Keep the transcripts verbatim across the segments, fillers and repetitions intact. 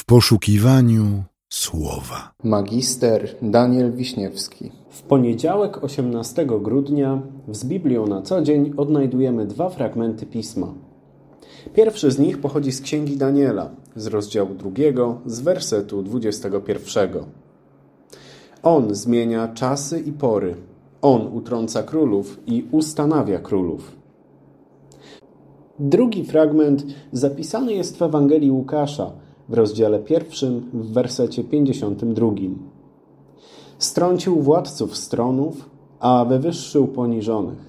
W poszukiwaniu słowa. Magister Daniel Wiśniewski. W poniedziałek osiemnastego grudnia z Biblią na co dzień odnajdujemy dwa fragmenty Pisma. Pierwszy z nich pochodzi z Księgi Daniela, z rozdziału drugiego, z wersetu dwudziestego pierwszego. On zmienia czasy i pory. On utrąca królów i ustanawia królów. Drugi fragment zapisany jest w Ewangelii Łukasza, w rozdziale pierwszym, w wersecie pięćdziesiątym drugim. Strącił władców stronów, a wywyższył poniżonych.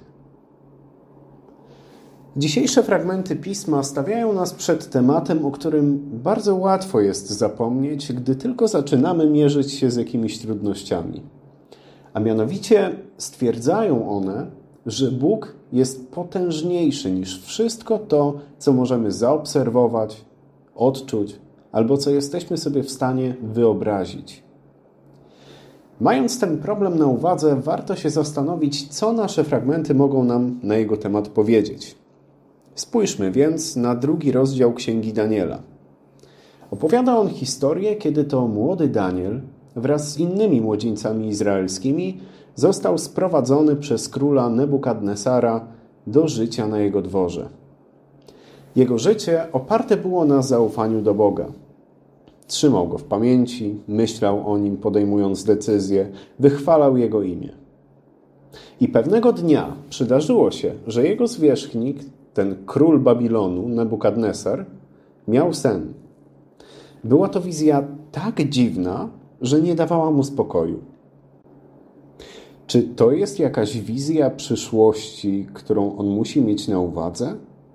Dzisiejsze fragmenty Pisma stawiają nas przed tematem, o którym bardzo łatwo jest zapomnieć, gdy tylko zaczynamy mierzyć się z jakimiś trudnościami. A mianowicie stwierdzają one, że Bóg jest potężniejszy niż wszystko to, co możemy zaobserwować, odczuć, albo co jesteśmy sobie w stanie wyobrazić. Mając ten problem na uwadze, warto się zastanowić, co nasze fragmenty mogą nam na jego temat powiedzieć. Spójrzmy więc na drugi rozdział Księgi Daniela. Opowiada on historię, kiedy to młody Daniel wraz z innymi młodzieńcami izraelskimi został sprowadzony przez króla Nebukadnesara do życia na jego dworze. Jego życie oparte było na zaufaniu do Boga. Trzymał go w pamięci, myślał o nim, podejmując decyzje, wychwalał jego imię. I pewnego dnia przydarzyło się, że jego zwierzchnik, ten król Babilonu, Nebukadnesar, miał sen. Była to wizja tak dziwna, że nie dawała mu spokoju. Czy to jest jakaś wizja przyszłości, którą on musi mieć na uwadze?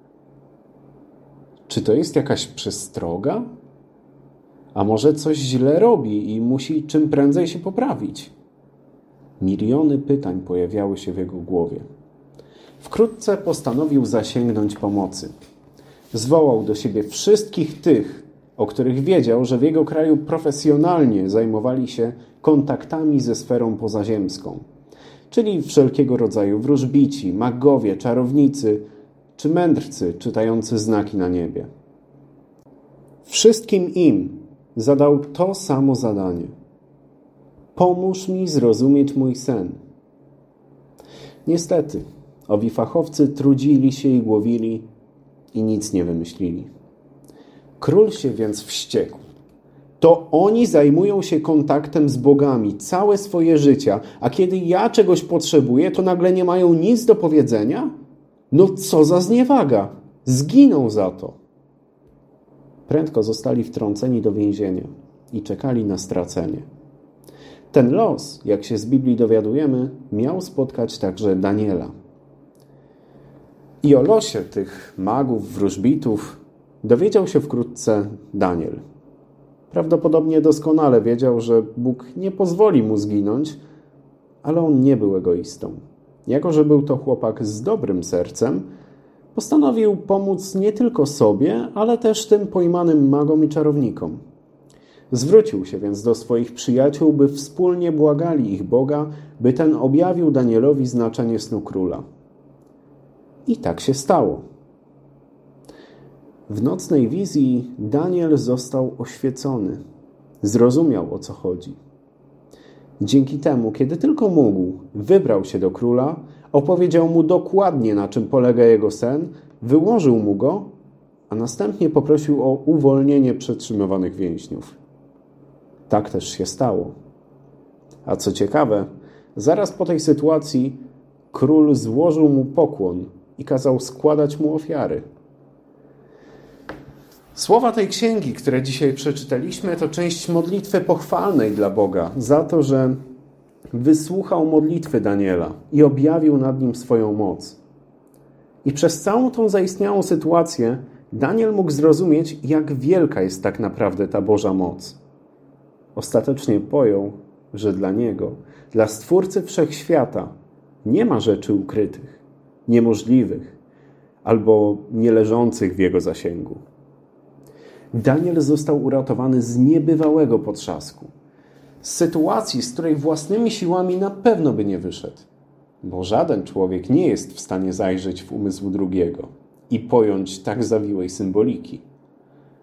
Czy to jest jakaś przestroga? A może coś źle robi i musi czym prędzej się poprawić? Miliony pytań pojawiały się w jego głowie. Wkrótce postanowił zasięgnąć pomocy. Zwołał do siebie wszystkich tych, o których wiedział, że w jego kraju profesjonalnie zajmowali się kontaktami ze sferą pozaziemską, czyli wszelkiego rodzaju wróżbici, magowie, czarownicy czy mędrcy czytający znaki na niebie. Wszystkim im zadał to samo zadanie. Pomóż mi zrozumieć mój sen. Niestety, owi fachowcy trudzili się i głowili i nic nie wymyślili. Król się więc wściekł. To oni zajmują się kontaktem z bogami całe swoje życia, a kiedy ja czegoś potrzebuję, to nagle nie mają nic do powiedzenia? No co za zniewaga! Zginą za to! Prędko zostali wtrąceni do więzienia i czekali na stracenie. Ten los, jak się z Biblii dowiadujemy, miał spotkać także Daniela. I o losie tych magów, wróżbitów dowiedział się wkrótce Daniel. Prawdopodobnie doskonale wiedział, że Bóg nie pozwoli mu zginąć, ale on nie był egoistą. Jako że był to chłopak z dobrym sercem, postanowił pomóc nie tylko sobie, ale też tym pojmanym magom i czarownikom. Zwrócił się więc do swoich przyjaciół, by wspólnie błagali ich Boga, by ten objawił Danielowi znaczenie snu króla. I tak się stało. W nocnej wizji Daniel został oświecony. Zrozumiał, o co chodzi. Dzięki temu, kiedy tylko mógł, wybrał się do króla, opowiedział mu dokładnie, na czym polega jego sen, wyłożył mu go, a następnie poprosił o uwolnienie przetrzymywanych więźniów. Tak też się stało. A co ciekawe, zaraz po tej sytuacji król złożył mu pokłon i kazał składać mu ofiary. Słowa tej księgi, które dzisiaj przeczytaliśmy, to część modlitwy pochwalnej dla Boga za to, że wysłuchał modlitwy Daniela i objawił nad nim swoją moc. I przez całą tą zaistniałą sytuację Daniel mógł zrozumieć, jak wielka jest tak naprawdę ta Boża moc. Ostatecznie pojął, że dla Niego, dla Stwórcy Wszechświata nie ma rzeczy ukrytych, niemożliwych albo nieleżących w Jego zasięgu. Daniel został uratowany z niebywałego potrzasku. Z sytuacji, z której własnymi siłami na pewno by nie wyszedł. Bo żaden człowiek nie jest w stanie zajrzeć w umysł drugiego i pojąć tak zawiłej symboliki.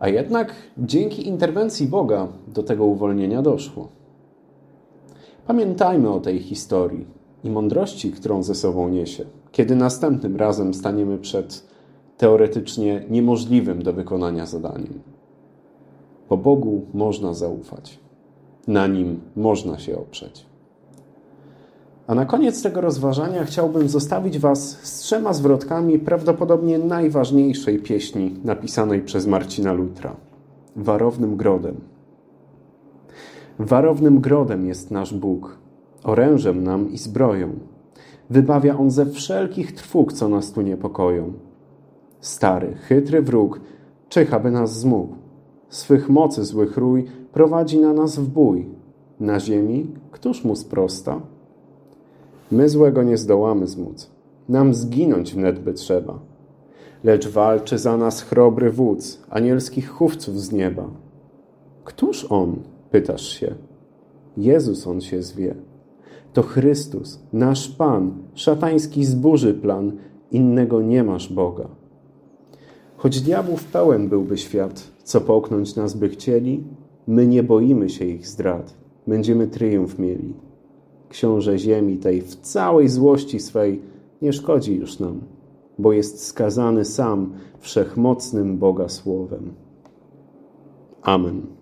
A jednak dzięki interwencji Boga do tego uwolnienia doszło. Pamiętajmy o tej historii i mądrości, którą ze sobą niesie, kiedy następnym razem staniemy przed teoretycznie niemożliwym do wykonania zadaniem. Bo Bogu można zaufać. Na Nim można się oprzeć. A na koniec tego rozważania chciałbym zostawić Was z trzema zwrotkami prawdopodobnie najważniejszej pieśni napisanej przez Marcina Lutra. Warownym grodem. Warownym grodem jest nasz Bóg, orężem nam i zbroją. Wybawia On ze wszelkich trwóg, co nas tu niepokoją. Stary, chytry wróg czyha, by nas zmógł. Swych mocy złych rój prowadzi na nas w bój. Na ziemi któż mu sprosta? My złego nie zdołamy zmóc. Nam zginąć wnet by trzeba. Lecz walczy za nas chrobry wódz, anielskich chówców z nieba. Któż on? Pytasz się. Jezus on się zwie. To Chrystus, nasz Pan, szatański zburzy plan, innego nie masz Boga. Choć diabłów pełen byłby świat, co połknąć nas by chcieli, my nie boimy się ich zdrad, będziemy tryumf mieli. Książę ziemi tej w całej złości swej nie szkodzi już nam, bo jest skazany sam wszechmocnym Boga słowem. Amen.